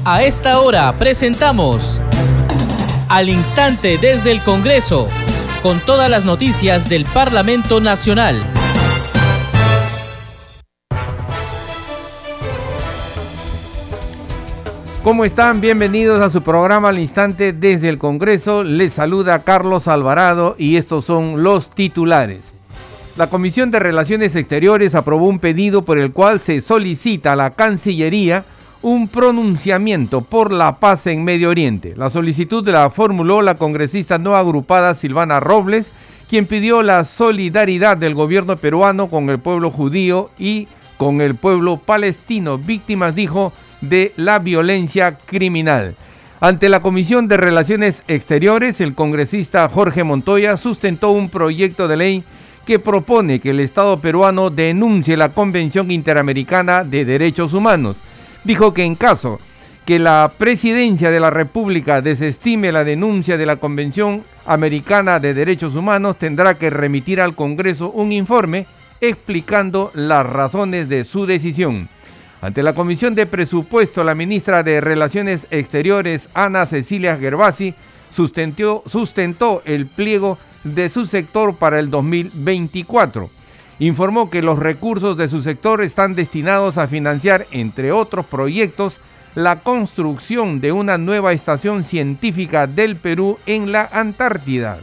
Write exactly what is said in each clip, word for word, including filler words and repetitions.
A esta hora presentamos Al Instante desde el Congreso, con todas las noticias del Parlamento Nacional. ¿Cómo están? Bienvenidos a su programa Al Instante desde el Congreso. Les saluda Carlos Alvarado y estos son los titulares. La Comisión de Relaciones Exteriores aprobó un pedido por el cual se solicita a la Cancillería un pronunciamiento por la paz en Medio Oriente. La solicitud la formuló la congresista no agrupada Silvana Robles, quien pidió la solidaridad del gobierno peruano con el pueblo judío y con el pueblo palestino, víctimas, dijo, de la violencia criminal. Ante la Comisión de Relaciones Exteriores, el congresista Jorge Montoya sustentó un proyecto de ley que propone que el Estado peruano denuncie la Convención Interamericana de Derechos Humanos. Dijo que en caso que la Presidencia de la República desestime la denuncia de la Convención Americana de Derechos Humanos, tendrá que remitir al Congreso un informe explicando las razones de su decisión. Ante la Comisión de Presupuesto, la ministra de Relaciones Exteriores, Ana Cecilia Gervasi, sustentó, sustentó el pliego de su sector para el dos mil veinticuatro. Informó que los recursos de su sector están destinados a financiar, entre otros proyectos, la construcción de una nueva estación científica del Perú en la Antártida.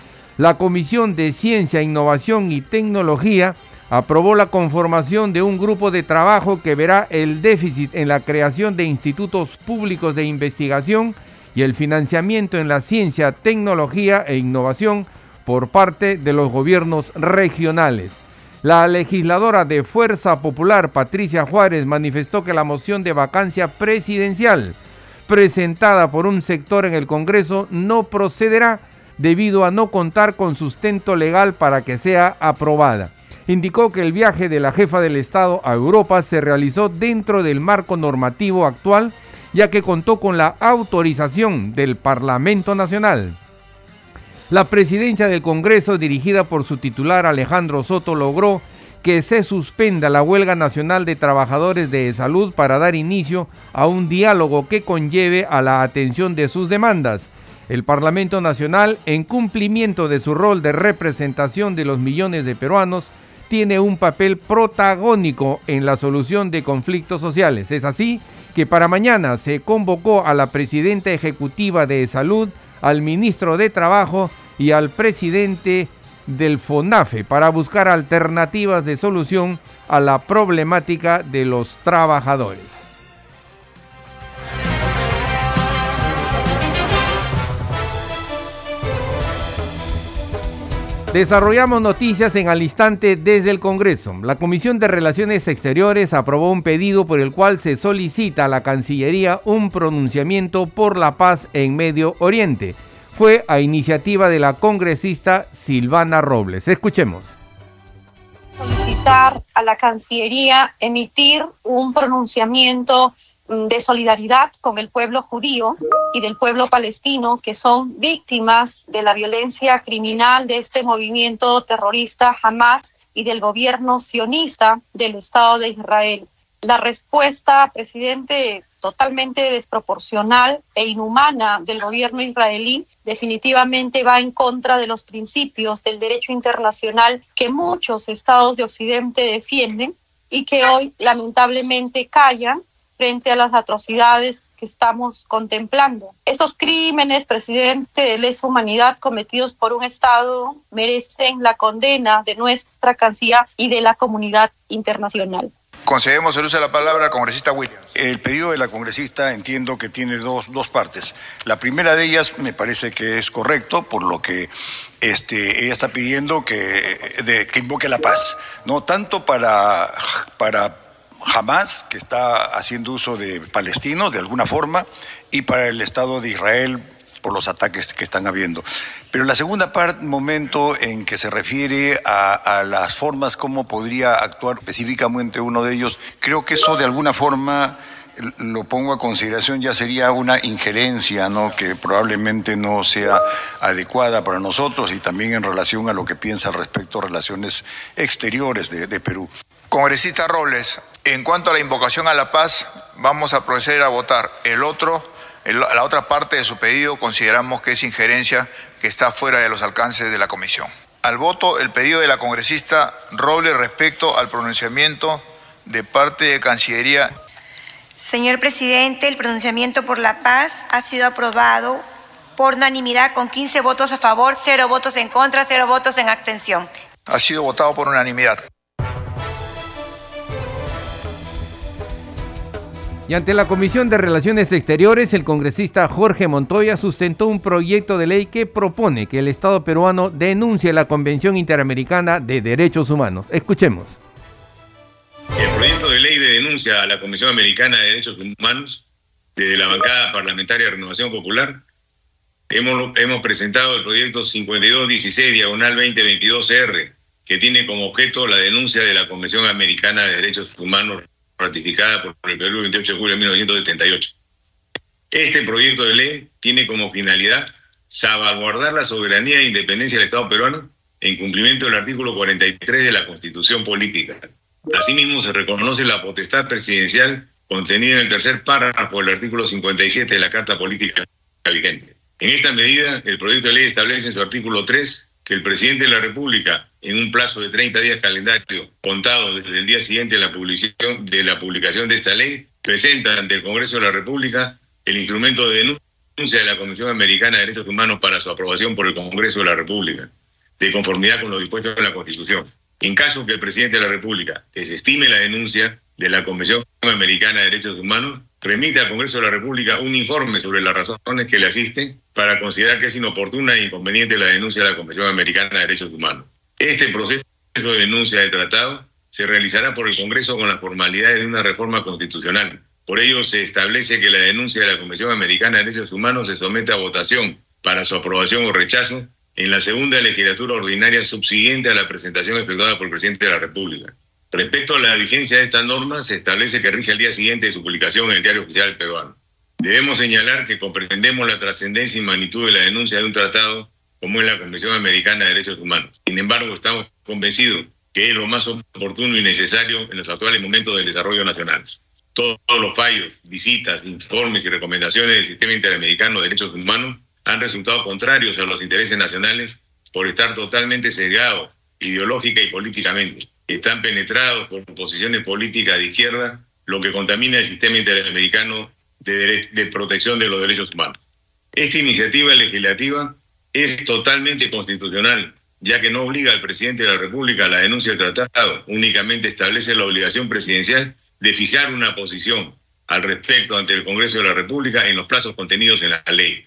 La Comisión de Ciencia, Innovación y Tecnología aprobó la conformación de un grupo de trabajo que verá el déficit en la creación de institutos públicos de investigación y el financiamiento en la ciencia, tecnología e innovación por parte de los gobiernos regionales. La legisladora de Fuerza Popular, Patricia Juárez, manifestó que la moción de vacancia presidencial presentada por un sector en el Congreso no procederá debido a no contar con sustento legal para que sea aprobada. Indicó que el viaje de la jefa del Estado a Europa se realizó dentro del marco normativo actual, ya que contó con la autorización del Parlamento Nacional. La presidencia del Congreso, dirigida por su titular Alejandro Soto, logró que se suspenda la huelga nacional de trabajadores de salud para dar inicio a un diálogo que conlleve a la atención de sus demandas. El Parlamento Nacional, en cumplimiento de su rol de representación de los millones de peruanos, tiene un papel protagónico en la solución de conflictos sociales. Es así que para mañana se convocó a la presidenta ejecutiva de Salud, al ministro de Trabajo y al presidente del FONAFE para buscar alternativas de solución a la problemática de los trabajadores. Desarrollamos noticias en Al Instante desde el Congreso. La Comisión de Relaciones Exteriores aprobó un pedido por el cual se solicita a la Cancillería un pronunciamiento por la paz en Medio Oriente. Fue a iniciativa de la congresista Silvana Robles. Escuchemos. Solicitar a la Cancillería emitir un pronunciamiento de solidaridad con el pueblo judío y del pueblo palestino, que son víctimas de la violencia criminal de este movimiento terrorista Hamas y del gobierno sionista del Estado de Israel. La respuesta, presidente, totalmente desproporcional e inhumana del gobierno israelí definitivamente va en contra de los principios del derecho internacional que muchos estados de Occidente defienden y que hoy lamentablemente callan frente a las atrocidades que estamos contemplando. Estos crímenes, presidente, de lesa humanidad cometidos por un Estado merecen la condena de nuestra Cancillería y de la comunidad internacional. Concedemos el uso de la palabra al congresista Williams. El pedido de la congresista entiendo que tiene dos, dos partes. La primera de ellas me parece que es correcto, por lo que este, ella está pidiendo que, de, que invoque la paz, no tanto para... para Hamas, que está haciendo uso de palestinos de alguna forma, y para el Estado de Israel por los ataques que están habiendo. Pero la segunda parte, momento en que se refiere a, a las formas como podría actuar específicamente uno de ellos, creo que eso de alguna forma lo pongo a consideración, ya sería una injerencia, ¿no?, que probablemente no sea adecuada para nosotros y también en relación a lo que piensa respecto a relaciones exteriores de, de Perú. Congresista Robles, en cuanto a la invocación a la paz, vamos a proceder a votar. El otro, el, la otra parte de su pedido consideramos que es injerencia que está fuera de los alcances de la comisión. Al voto, el pedido de la congresista Robles respecto al pronunciamiento de parte de Cancillería. Señor presidente, el pronunciamiento por la paz ha sido aprobado por unanimidad con quince votos a favor, cero votos en contra, cero votos en abstención. Ha sido votado por unanimidad. Y ante la Comisión de Relaciones Exteriores, el congresista Jorge Montoya sustentó un proyecto de ley que propone que el Estado peruano denuncie la Convención Interamericana de Derechos Humanos. Escuchemos. El proyecto de ley de denuncia a la Comisión Americana de Derechos Humanos, desde la bancada parlamentaria de Renovación Popular, hemos, hemos presentado el proyecto cincuenta y dos dieciséis diagonal veinte veintidós R, que tiene como objeto la denuncia de la Convención Americana de Derechos Humanos ratificada por el Perú el veintiocho de julio de mil novecientos setenta y ocho. Este proyecto de ley tiene como finalidad salvaguardar la soberanía e independencia del Estado peruano en cumplimiento del artículo cuarenta y tres de la Constitución Política. Asimismo, se reconoce la potestad presidencial contenida en el tercer párrafo del artículo cincuenta y siete de la Carta Política vigente. En esta medida, el proyecto de ley establece en su artículo tres que el presidente de la República, en un plazo de treinta días calendario contado desde el día siguiente de la publicación de, la publicación de esta ley, presenta ante el Congreso de la República el instrumento de denuncia de la Convención Americana de Derechos Humanos para su aprobación por el Congreso de la República, de conformidad con lo dispuesto en la Constitución. En caso que el presidente de la República desestime la denuncia de la Convención Americana de Derechos Humanos, remite al Congreso de la República un informe sobre las razones que le asisten para considerar que es inoportuna e inconveniente la denuncia de la Convención Americana de Derechos Humanos. Este proceso de denuncia del tratado se realizará por el Congreso con las formalidades de una reforma constitucional. Por ello, se establece que la denuncia de la Convención Americana de Derechos Humanos se somete a votación para su aprobación o rechazo en la segunda legislatura ordinaria subsiguiente a la presentación efectuada por el presidente de la República. Respecto a la vigencia de esta norma, se establece que rige al día siguiente de su publicación en el Diario Oficial Peruano. Debemos señalar que comprendemos la trascendencia y magnitud de la denuncia de un tratado como es la Convención Americana de Derechos Humanos. Sin embargo, estamos convencidos que es lo más oportuno y necesario en los actuales momentos del desarrollo nacional. Todos los fallos, visitas, informes y recomendaciones del Sistema Interamericano de Derechos Humanos han resultado contrarios a los intereses nacionales por estar totalmente sesgados ideológica y políticamente. Están penetrados por posiciones políticas de izquierda, lo que contamina el sistema interamericano de, de protección de los derechos humanos. Esta iniciativa legislativa es totalmente constitucional, ya que no obliga al presidente de la República a la denuncia del tratado, únicamente establece la obligación presidencial de fijar una posición al respecto ante el Congreso de la República en los plazos contenidos en la ley.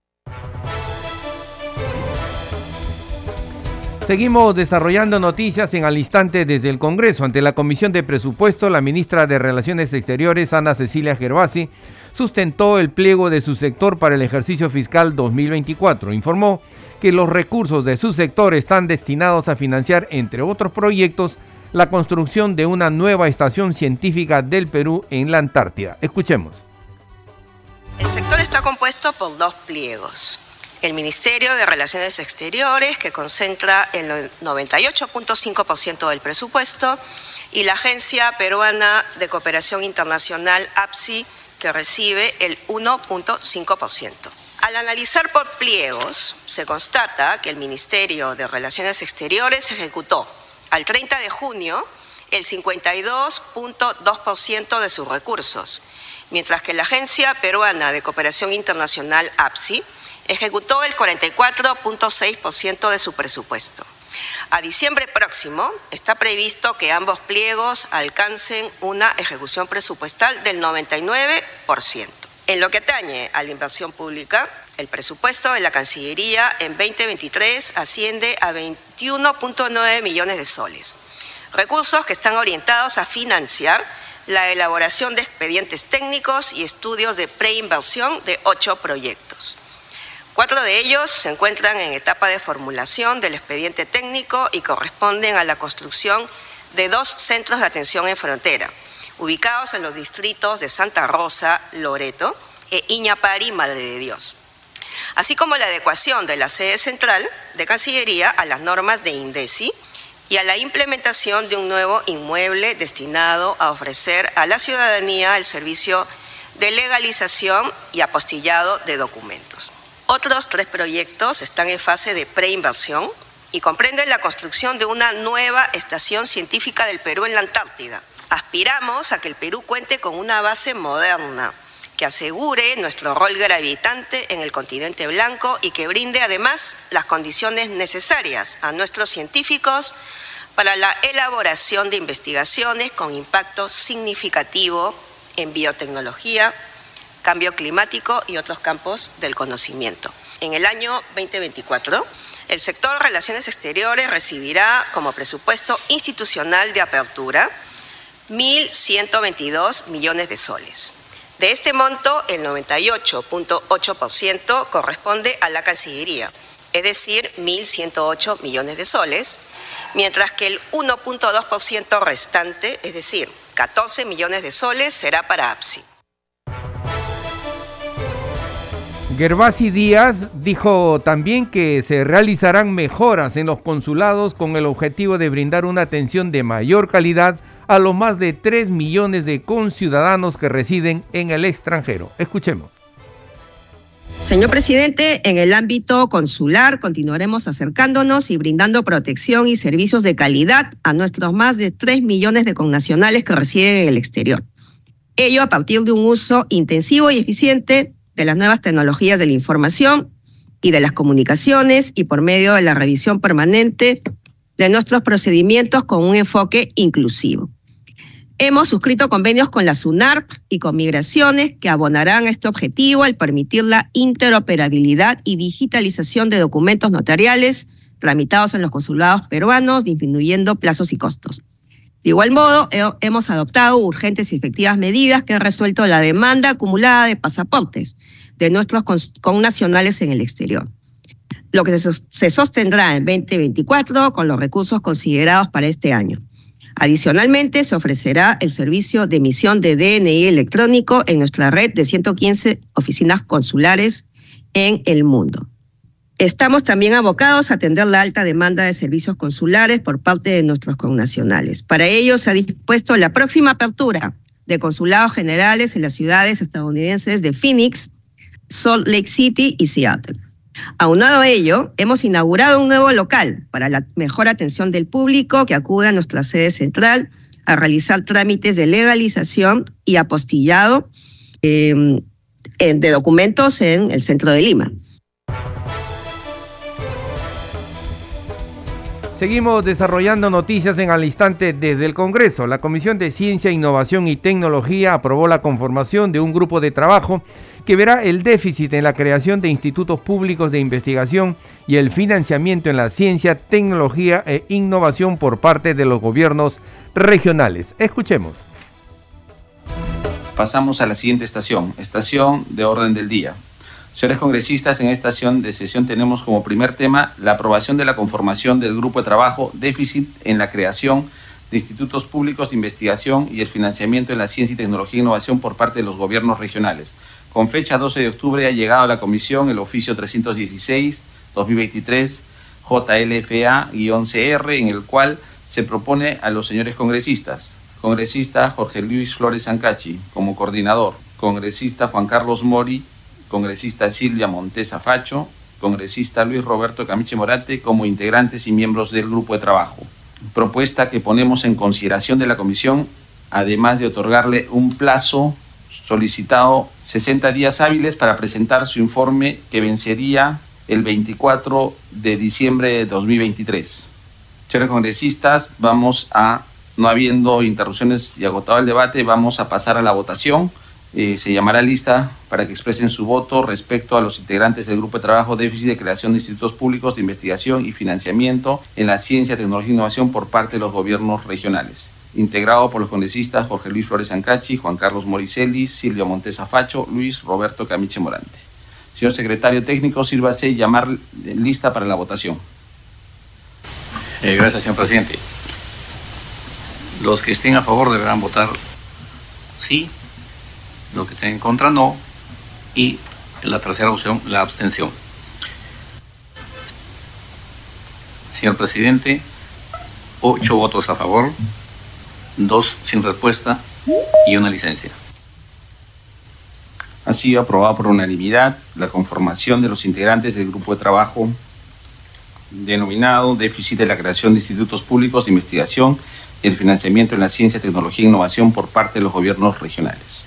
Seguimos desarrollando noticias en al instante desde el Congreso. Ante la Comisión de Presupuesto, la ministra de Relaciones Exteriores, Ana Cecilia Gervasi, sustentó el pliego de su sector para el ejercicio fiscal dos mil veinticuatro. Informó que los recursos de su sector están destinados a financiar, entre otros proyectos, la construcción de una nueva estación científica del Perú en la Antártida. Escuchemos. El sector está compuesto por dos pliegos. El Ministerio de Relaciones Exteriores, que concentra el noventa y ocho punto cinco por ciento del presupuesto, y la Agencia Peruana de Cooperación Internacional, A P S I, que recibe el uno punto cinco por ciento. Al analizar por pliegos, se constata que el Ministerio de Relaciones Exteriores ejecutó al treinta de junio el cincuenta y dos punto dos por ciento de sus recursos, mientras que la Agencia Peruana de Cooperación Internacional, A P S I, ejecutó el cuarenta y cuatro punto seis por ciento de su presupuesto. A diciembre próximo está previsto que ambos pliegos alcancen una ejecución presupuestal del noventa y nueve por ciento. En lo que atañe a la inversión pública, el presupuesto de la Cancillería en veinte veintitrés asciende a veintiuno punto nueve millones de soles, recursos que están orientados a financiar la elaboración de expedientes técnicos y estudios de preinversión de ocho proyectos. Cuatro de ellos se encuentran en etapa de formulación del expediente técnico y corresponden a la construcción de dos centros de atención en frontera, ubicados en los distritos de Santa Rosa, Loreto e Iñapari, Madre de Dios, así como la adecuación de la sede central de Cancillería a las normas de INDECI y a la implementación de un nuevo inmueble destinado a ofrecer a la ciudadanía el servicio de legalización y apostillado de documentos. Otros tres proyectos están en fase de preinversión y comprenden la construcción de una nueva estación científica del Perú en la Antártida. Aspiramos a que el Perú cuente con una base moderna que asegure nuestro rol gravitante en el continente blanco y que brinde además las condiciones necesarias a nuestros científicos para la elaboración de investigaciones con impacto significativo en biotecnología, cambio climático y otros campos del conocimiento. En el año veinte veinticuatro, el sector de Relaciones Exteriores recibirá como presupuesto institucional de apertura mil ciento veintidós millones de soles. De este monto, el noventa y ocho punto ocho por ciento corresponde a la Cancillería, es decir, mil ciento ocho millones de soles, mientras que el uno punto dos por ciento restante, es decir, catorce millones de soles, será para A P S I. Gervasi Díaz dijo también que se realizarán mejoras en los consulados con el objetivo de brindar una atención de mayor calidad a los más de tres millones de conciudadanos que residen en el extranjero. Escuchemos. Señor presidente, en el ámbito consular continuaremos acercándonos y brindando protección y servicios de calidad a nuestros más de tres millones de connacionales que residen en el exterior. Ello a partir de un uso intensivo y eficiente de las nuevas tecnologías de la información y de las comunicaciones y por medio de la revisión permanente de nuestros procedimientos con un enfoque inclusivo. Hemos suscrito convenios con la SUNARP y con Migraciones que abonarán a este objetivo al permitir la interoperabilidad y digitalización de documentos notariales tramitados en los consulados peruanos, disminuyendo plazos y costos. De igual modo, he, hemos adoptado urgentes y efectivas medidas que han resuelto la demanda acumulada de pasaportes de nuestros connacionales en el exterior, lo que se, se sostendrá en veinte veinticuatro con los recursos considerados para este año. Adicionalmente, se ofrecerá el servicio de emisión de D N I electrónico en nuestra red de ciento quince oficinas consulares en el mundo. Estamos también abocados a atender la alta demanda de servicios consulares por parte de nuestros connacionales. Para ello, se ha dispuesto la próxima apertura de consulados generales en las ciudades estadounidenses de Phoenix, Salt Lake City y Seattle. Aunado a ello, hemos inaugurado un nuevo local para la mejor atención del público que acude a nuestra sede central a realizar trámites de legalización y apostillado eh, de documentos en el centro de Lima. Seguimos desarrollando noticias en al instante desde el Congreso. La Comisión de Ciencia, Innovación y Tecnología aprobó la conformación de un grupo de trabajo que verá el déficit en la creación de institutos públicos de investigación y el financiamiento en la ciencia, tecnología e innovación por parte de los gobiernos regionales. Escuchemos. Pasamos a la siguiente estación, estación de orden del día. Señores congresistas, en esta sesión de sesión tenemos como primer tema la aprobación de la conformación del grupo de trabajo déficit en la creación de institutos públicos de investigación y el financiamiento en la ciencia y tecnología e innovación por parte de los gobiernos regionales. Con fecha doce de octubre ha llegado a la comisión el oficio trescientos dieciséis dos mil veintitrés J L F A C R, en el cual se propone a los señores congresistas. Congresista Jorge Luis Flores Ancachi como coordinador, congresista Juan Carlos Mori, congresista Silvia Montesa Facho, congresista Luis Roberto Camiche Morante como integrantes y miembros del grupo de trabajo. Propuesta que ponemos en consideración de la comisión, además de otorgarle un plazo solicitado sesenta días hábiles para presentar su informe que vencería el veinticuatro de diciembre de dos mil veintitrés. Señores congresistas, vamos a, no habiendo interrupciones y agotado el debate, vamos a pasar a la votación. Eh, se llamará lista para que expresen su voto respecto a los integrantes del Grupo de Trabajo Déficit de Creación de Institutos Públicos de Investigación y Financiamiento en la Ciencia, Tecnología e Innovación por parte de los gobiernos regionales. Integrado por los congresistas Jorge Luis Flores Ancachi, Juan Carlos Moricelli, Silvia Montesa Facho, Luis Roberto Camiche Morante. Señor secretario técnico, sírvase llamar lista para la votación. Eh, gracias, señor presidente. Los que estén a favor deberán votar sí, los que estén en contra no, y la tercera opción, la abstención. Señor presidente, ocho votos a favor, dos sin respuesta y una licencia. Ha sido aprobada por unanimidad la conformación de los integrantes del grupo de trabajo denominado Déficit de la creación de institutos públicos de investigación y el financiamiento en la ciencia, tecnología e innovación por parte de los gobiernos regionales.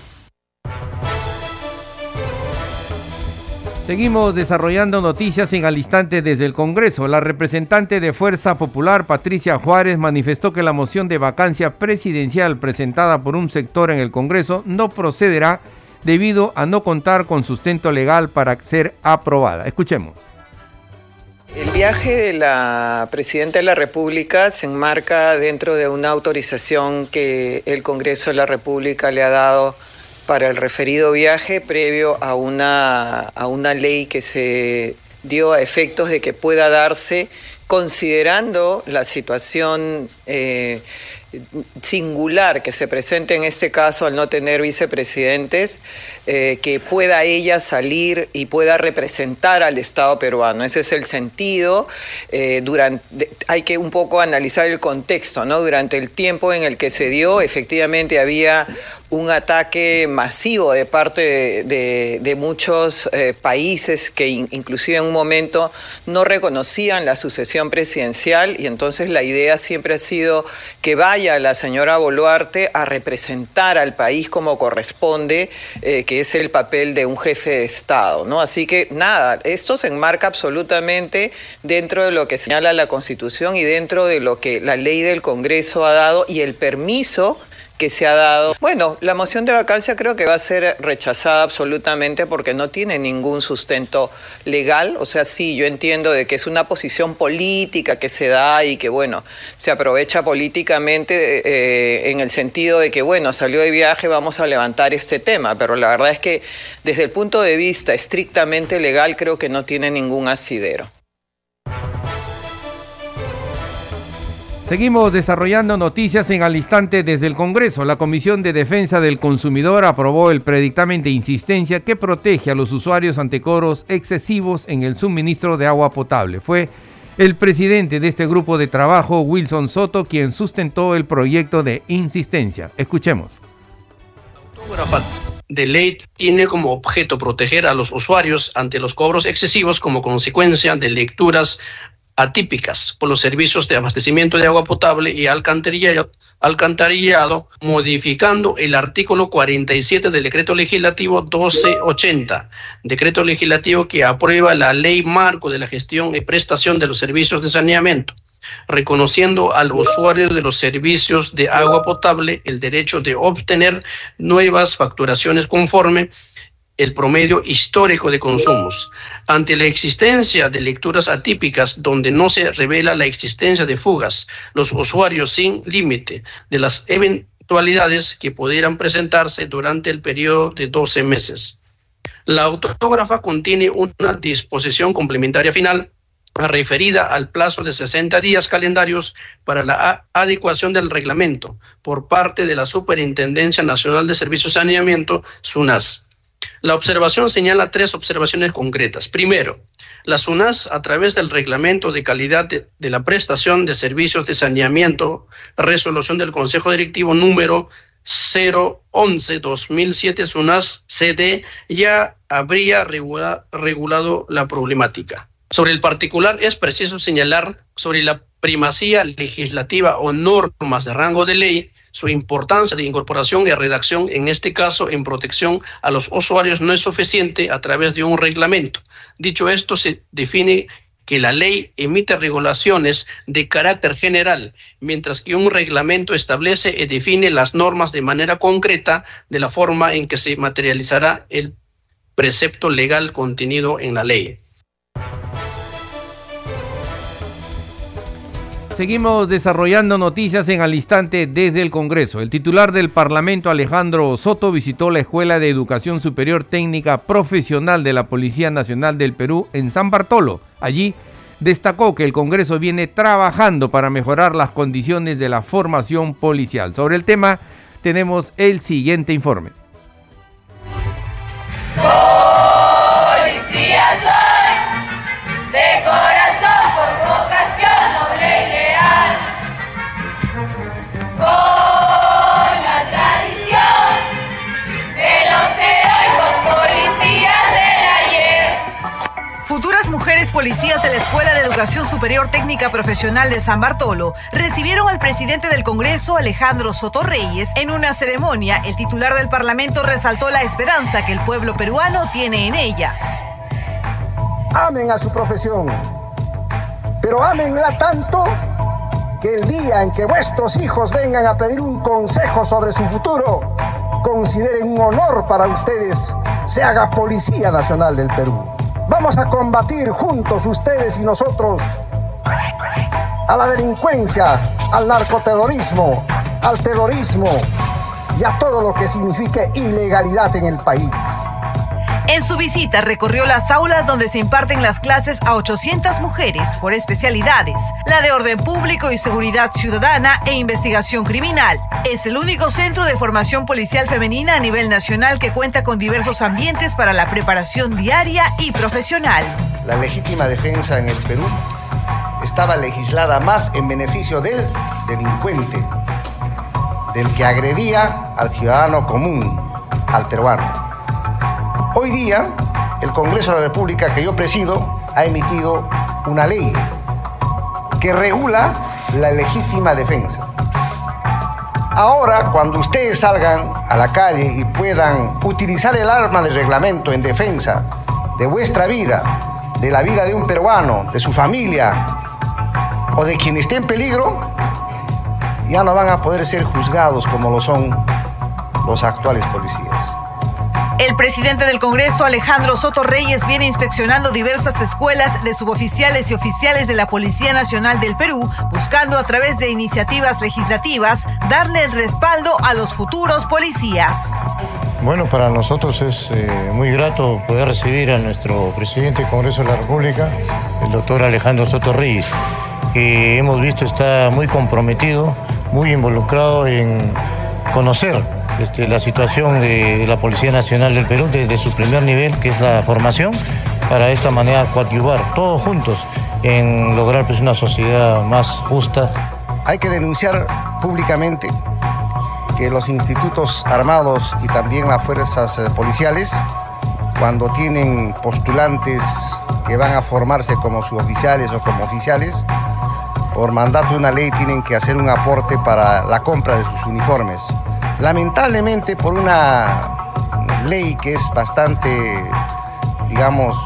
Seguimos desarrollando noticias en al instante desde el Congreso. La representante de Fuerza Popular, Patricia Juárez, manifestó que la moción de vacancia presidencial presentada por un sector en el Congreso no procederá debido a no contar con sustento legal para ser aprobada. Escuchemos. El viaje de la Presidenta de la República se enmarca dentro de una autorización que el Congreso de la República le ha dado para el referido viaje previo a una, a una ley que se dio a efectos de que pueda darse considerando la situación eh, singular que se presenta en este caso al no tener vicepresidentes, eh, que pueda ella salir y pueda representar al Estado peruano. Ese es el sentido. Eh, durante, hay que un poco analizar el contexto, ¿no? Durante el tiempo en el que se dio, efectivamente había un ataque masivo de parte de, de, de muchos eh, países que in, inclusive en un momento no reconocían la sucesión presidencial, y entonces la idea siempre ha sido que vaya la señora Boluarte a representar al país como corresponde, eh, que es el papel de un jefe de Estado, ¿no? Así que nada, esto se enmarca absolutamente dentro de lo que señala la Constitución y dentro de lo que la ley del Congreso ha dado y el permiso que se ha dado. Bueno, la moción de vacancia creo que va a ser rechazada absolutamente porque no tiene ningún sustento legal. O sea, sí, yo entiendo de que es una posición política que se da y que, bueno, se aprovecha políticamente eh, en el sentido de que, bueno, salió de viaje, vamos a levantar este tema. Pero la verdad es que desde el punto de vista estrictamente legal creo que no tiene ningún asidero. Seguimos desarrollando noticias en al instante desde el Congreso. La Comisión de Defensa del Consumidor aprobó el predictamen de insistencia que protege a los usuarios ante cobros excesivos en el suministro de agua potable. Fue el presidente de este grupo de trabajo, Wilson Soto, quien sustentó el proyecto de insistencia. Escuchemos. La autógrafa de ley tiene como objeto proteger a los usuarios ante los cobros excesivos como consecuencia de lecturas atípicas por los servicios de abastecimiento de agua potable y alcantarillado, alcantarillado, modificando el artículo cuarenta y siete del Decreto Legislativo doce ochenta, decreto legislativo que aprueba la Ley Marco de la Gestión y Prestación de los Servicios de Saneamiento, reconociendo al usuario de los servicios de agua potable el derecho de obtener nuevas facturaciones conforme el promedio histórico de consumos. Ante la existencia de lecturas atípicas donde no se revela la existencia de fugas, los usuarios sin límite de las eventualidades que pudieran presentarse durante el periodo de doce meses. La autógrafa contiene una disposición complementaria final referida al plazo de sesenta días calendarios para la adecuación del reglamento por parte de la Superintendencia Nacional de Servicios de Saneamiento, SUNAS. La observación señala tres observaciones concretas. Primero, la SUNAS, a través del Reglamento de Calidad de, de la Prestación de Servicios de Saneamiento, resolución del Consejo Directivo número cero once guión dos mil siete SUNAS C D, ya habría regula, regulado la problemática. Sobre el particular, es preciso señalar sobre la primacía legislativa o normas de rango de ley, su importancia de incorporación y redacción, en este caso en protección a los usuarios, no es suficiente a través de un reglamento. Dicho esto, se define que la ley emite regulaciones de carácter general, mientras que un reglamento establece y define las normas de manera concreta de la forma en que se materializará el precepto legal contenido en la ley. Seguimos desarrollando noticias en al instante desde el Congreso. El titular del Parlamento, Alejandro Soto, visitó la Escuela de Educación Superior Técnica Profesional de la Policía Nacional del Perú en San Bartolo. Allí destacó que el Congreso viene trabajando para mejorar las condiciones de la formación policial. Sobre el tema tenemos el siguiente informe. Policía soy, de corazón, por vocación noble y leal. policías de la Escuela de Educación Superior Técnica Profesional de San Bartolo recibieron al presidente del Congreso, Alejandro Soto Reyes. En una ceremonia, el titular del Parlamento resaltó la esperanza que el pueblo peruano tiene en ellas. Amen a su profesión, pero ámenla tanto que el día en que vuestros hijos vengan a pedir un consejo sobre su futuro, consideren un honor para ustedes se haga Policía Nacional del Perú. Vamos a combatir juntos, ustedes y nosotros, a la delincuencia, al narcoterrorismo, al terrorismo y a todo lo que signifique ilegalidad en el país. En su visita recorrió las aulas donde se imparten las clases a ochocientas mujeres por especialidades, la de orden público y seguridad ciudadana e investigación criminal. Es el único centro de formación policial femenina a nivel nacional que cuenta con diversos ambientes para la preparación diaria y profesional. La legítima defensa en el Perú estaba legislada más en beneficio del delincuente, del que agredía al ciudadano común, al peruano. Hoy día, el Congreso de la República que yo presido ha emitido una ley que regula la legítima defensa. Ahora, cuando ustedes salgan a la calle y puedan utilizar el arma de reglamento en defensa de vuestra vida, de la vida de un peruano, de su familia o de quien esté en peligro, ya no van a poder ser juzgados como lo son los actuales policías. El presidente del Congreso, Alejandro Soto Reyes, viene inspeccionando diversas escuelas de suboficiales y oficiales de la Policía Nacional del Perú, buscando a través de iniciativas legislativas darle el respaldo a los futuros policías. Bueno, para nosotros es eh, muy grato poder recibir a nuestro presidente del Congreso de la República, el doctor Alejandro Soto Reyes, que hemos visto está muy comprometido, muy involucrado en conocer Este, la situación de, de la Policía Nacional del Perú desde su primer nivel, que es la formación, para de esta manera coadyuvar todos juntos en lograr pues, una sociedad más justa. Hay que denunciar públicamente que los institutos armados y también las fuerzas policiales, cuando tienen postulantes que van a formarse como suboficiales o como oficiales, por mandato de una ley tienen que hacer un aporte para la compra de sus uniformes. Lamentablemente, por una ley que es bastante, digamos,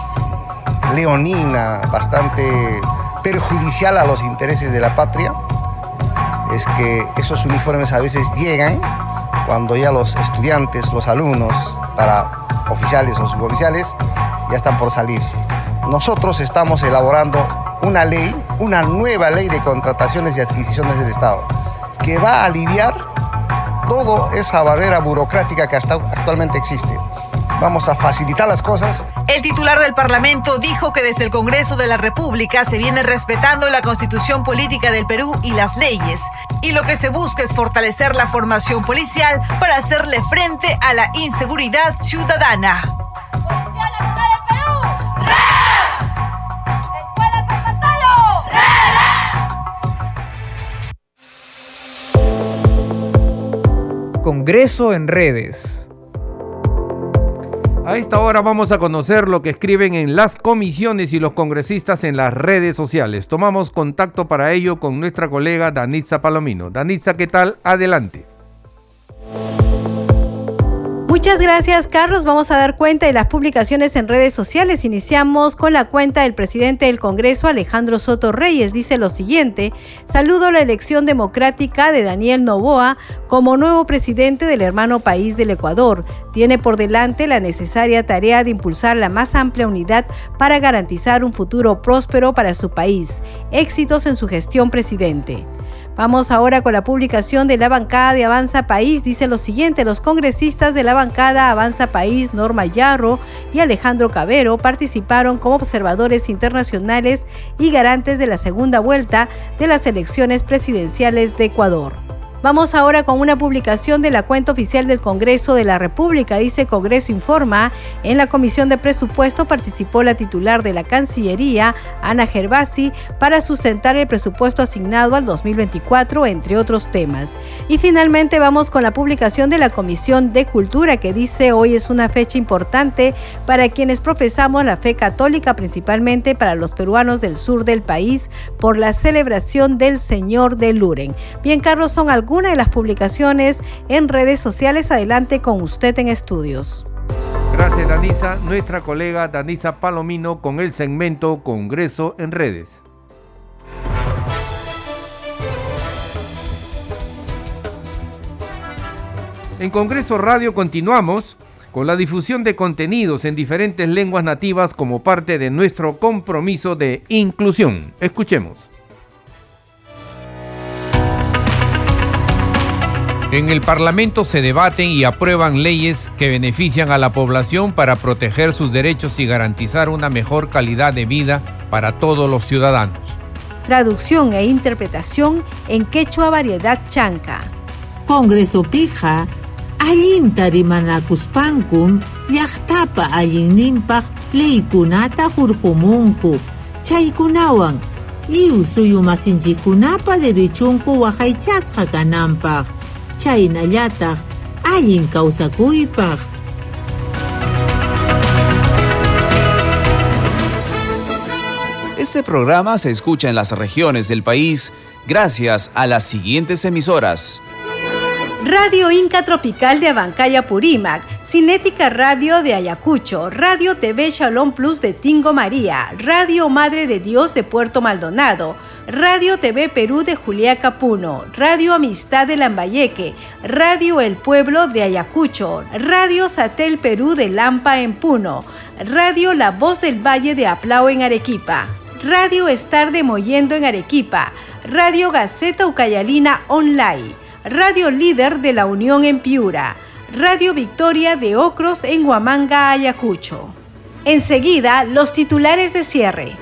leonina, bastante perjudicial a los intereses de la patria, es que esos uniformes a veces llegan cuando ya los estudiantes, los alumnos, para oficiales o suboficiales, ya están por salir. Nosotros estamos elaborando una ley, una nueva ley de contrataciones y adquisiciones del Estado, que va a aliviar toda esa barrera burocrática que hasta actualmente existe. Vamos a facilitar las cosas. El titular del Parlamento dijo que desde el Congreso de la República se viene respetando la Constitución Política del Perú y las leyes, y lo que se busca es fortalecer la formación policial para hacerle frente a la inseguridad ciudadana. ¡Policía Nacional del Perú! ¡Re! ¡Escuela San Bartolo! ¡Re, re! Congreso en redes. A esta hora vamos a conocer lo que escriben en las comisiones y los congresistas en las redes sociales. Tomamos contacto para ello con nuestra colega Danitza Palomino. Danitza, ¿qué tal? Adelante. Muchas gracias, Carlos. Vamos a dar cuenta de las publicaciones en redes sociales. Iniciamos con la cuenta del presidente del Congreso, Alejandro Soto Reyes. Dice lo siguiente: saludo la elección democrática de Daniel Noboa como nuevo presidente del hermano país del Ecuador. Tiene por delante la necesaria tarea de impulsar la más amplia unidad para garantizar un futuro próspero para su país. Éxitos en su gestión, presidente. Vamos ahora con la publicación de la bancada de Avanza País. Dice lo siguiente: los congresistas de la bancada Avanza País, Norma Yarro y Alejandro Cabero, participaron como observadores internacionales y garantes de la segunda vuelta de las elecciones presidenciales de Ecuador. Vamos ahora con una publicación de la cuenta oficial del Congreso de la República. Dice Congreso Informa, en la Comisión de Presupuesto participó la titular de la Cancillería, Ana Gervasi, para sustentar el presupuesto asignado al dos mil veinticuatro, entre otros temas. Y finalmente vamos con la publicación de la Comisión de Cultura, que dice hoy es una fecha importante para quienes profesamos la fe católica, principalmente para los peruanos del sur del país, por la celebración del Señor de Luren. Bien, Carlos, son algunas de las publicaciones en redes sociales. Adelante con usted en estudios. Gracias, Danisa. Nuestra colega Danisa Palomino con el segmento Congreso en Redes. En Congreso Radio continuamos con la difusión de contenidos en diferentes lenguas nativas como parte de nuestro compromiso de inclusión. Escuchemos. En el Parlamento se debaten y aprueban leyes que benefician a la población para proteger sus derechos y garantizar una mejor calidad de vida para todos los ciudadanos. Traducción e interpretación en quechua variedad chanca. Congreso pija, allinta rimanakuspankum, llaqtapa allinninpaq leykunata hurqumunku. Chaykunawan, lliw suyumasinchikkunapa derechunku waqaychasqa kananpaq. Chaynallataq allin kawsakuypaq. Este programa se escucha en las regiones del país gracias a las siguientes emisoras: Radio Inca Tropical de Abancaya Purímac, Cinética Radio de Ayacucho, Radio T V Shalom Plus de Tingo María, Radio Madre de Dios de Puerto Maldonado, Radio T V Perú de Juliaca Puno, Radio Amistad de Lambayeque, Radio El Pueblo de Ayacucho, Radio Satel Perú de Lampa en Puno, Radio La Voz del Valle de Aplao en Arequipa, Radio Estar de Mollendo en Arequipa, Radio Gaceta Ucayalina Online, Radio Líder de La Unión en Piura, Radio Victoria de Ocros en Huamanga, Ayacucho. Enseguida, los titulares de cierre.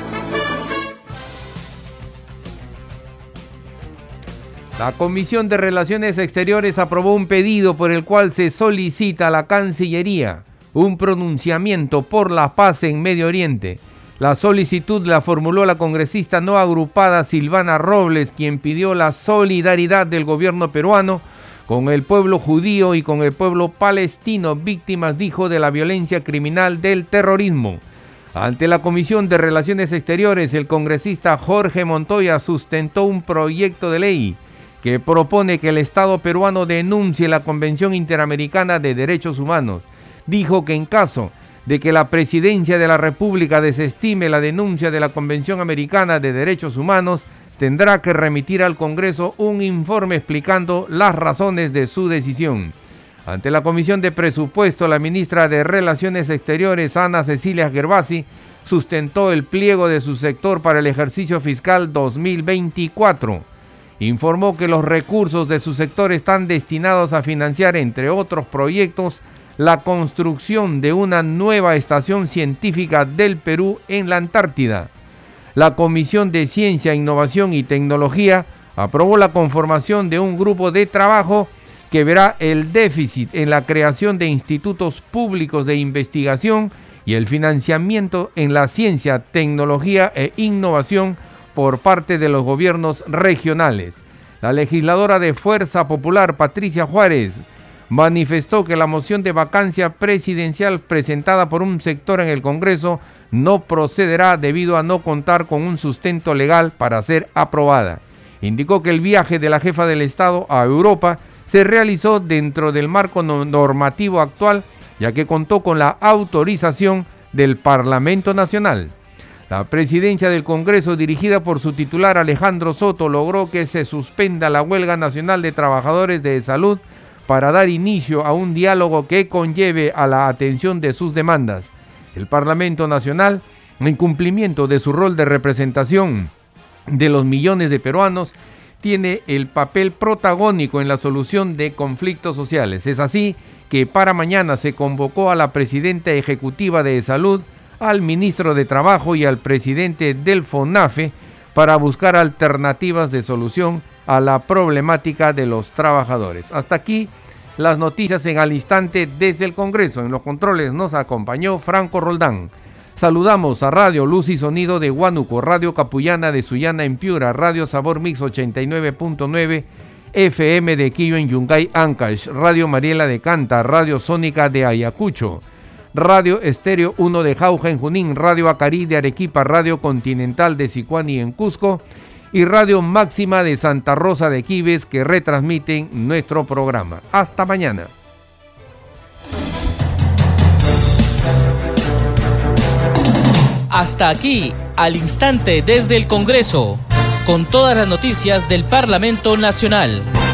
La Comisión de Relaciones Exteriores aprobó un pedido por el cual se solicita a la Cancillería un pronunciamiento por la paz en Medio Oriente. La solicitud la formuló la congresista no agrupada Silvana Robles, quien pidió la solidaridad del gobierno peruano con el pueblo judío y con el pueblo palestino, víctimas, dijo, de la violencia criminal del terrorismo. Ante la Comisión de Relaciones Exteriores, el congresista Jorge Montoya sustentó un proyecto de ley que propone que el Estado peruano denuncie la Convención Interamericana de Derechos Humanos. Dijo que en caso de que la Presidencia de la República desestime la denuncia de la Convención Americana de Derechos Humanos, tendrá que remitir al Congreso un informe explicando las razones de su decisión. Ante la Comisión de Presupuesto, la ministra de Relaciones Exteriores, Ana Cecilia Gervasi, sustentó el pliego de su sector para el ejercicio fiscal dos mil veinticuatro. Informó que los recursos de su sector están destinados a financiar, entre otros proyectos, la construcción de una nueva estación científica del Perú en la Antártida. La Comisión de Ciencia, Innovación y Tecnología aprobó la conformación de un grupo de trabajo que verá el déficit en la creación de institutos públicos de investigación y el financiamiento en la ciencia, tecnología e innovación por parte de los gobiernos regionales. La legisladora de Fuerza Popular, Patricia Juárez, manifestó que la moción de vacancia presidencial presentada por un sector en el Congreso no procederá debido a no contar con un sustento legal para ser aprobada. Indicó que el viaje de la jefa del Estado a Europa se realizó dentro del marco normativo actual, ya que contó con la autorización del Parlamento Nacional. La presidencia del Congreso, dirigida por su titular Alejandro Soto, logró que se suspenda la huelga nacional de trabajadores de salud para dar inicio a un diálogo que conlleve a la atención de sus demandas. El Parlamento Nacional, en cumplimiento de su rol de representación de los millones de peruanos, tiene el papel protagónico en la solución de conflictos sociales. Es así que para mañana se convocó a la presidenta ejecutiva de Salud, al ministro de Trabajo y al presidente del FONAFE para buscar alternativas de solución a la problemática de los trabajadores. Hasta aquí las noticias en Al Instante desde el Congreso. En los controles nos acompañó Franco Roldán. Saludamos a Radio Luz y Sonido de Huánuco, Radio Capullana de Sullana en Piura, Radio Sabor Mix ochenta y nueve punto nueve F M de Quillo en Yungay, Ancash, Radio Mariela de Canta, Radio Sónica de Ayacucho, Radio Estéreo uno de Jauja en Junín, Radio Acarí de Arequipa, Radio Continental de Sicuani en Cusco y Radio Máxima de Santa Rosa de Quibes, que retransmiten nuestro programa. Hasta mañana. Hasta aquí, Al Instante desde el Congreso, con todas las noticias del Parlamento Nacional.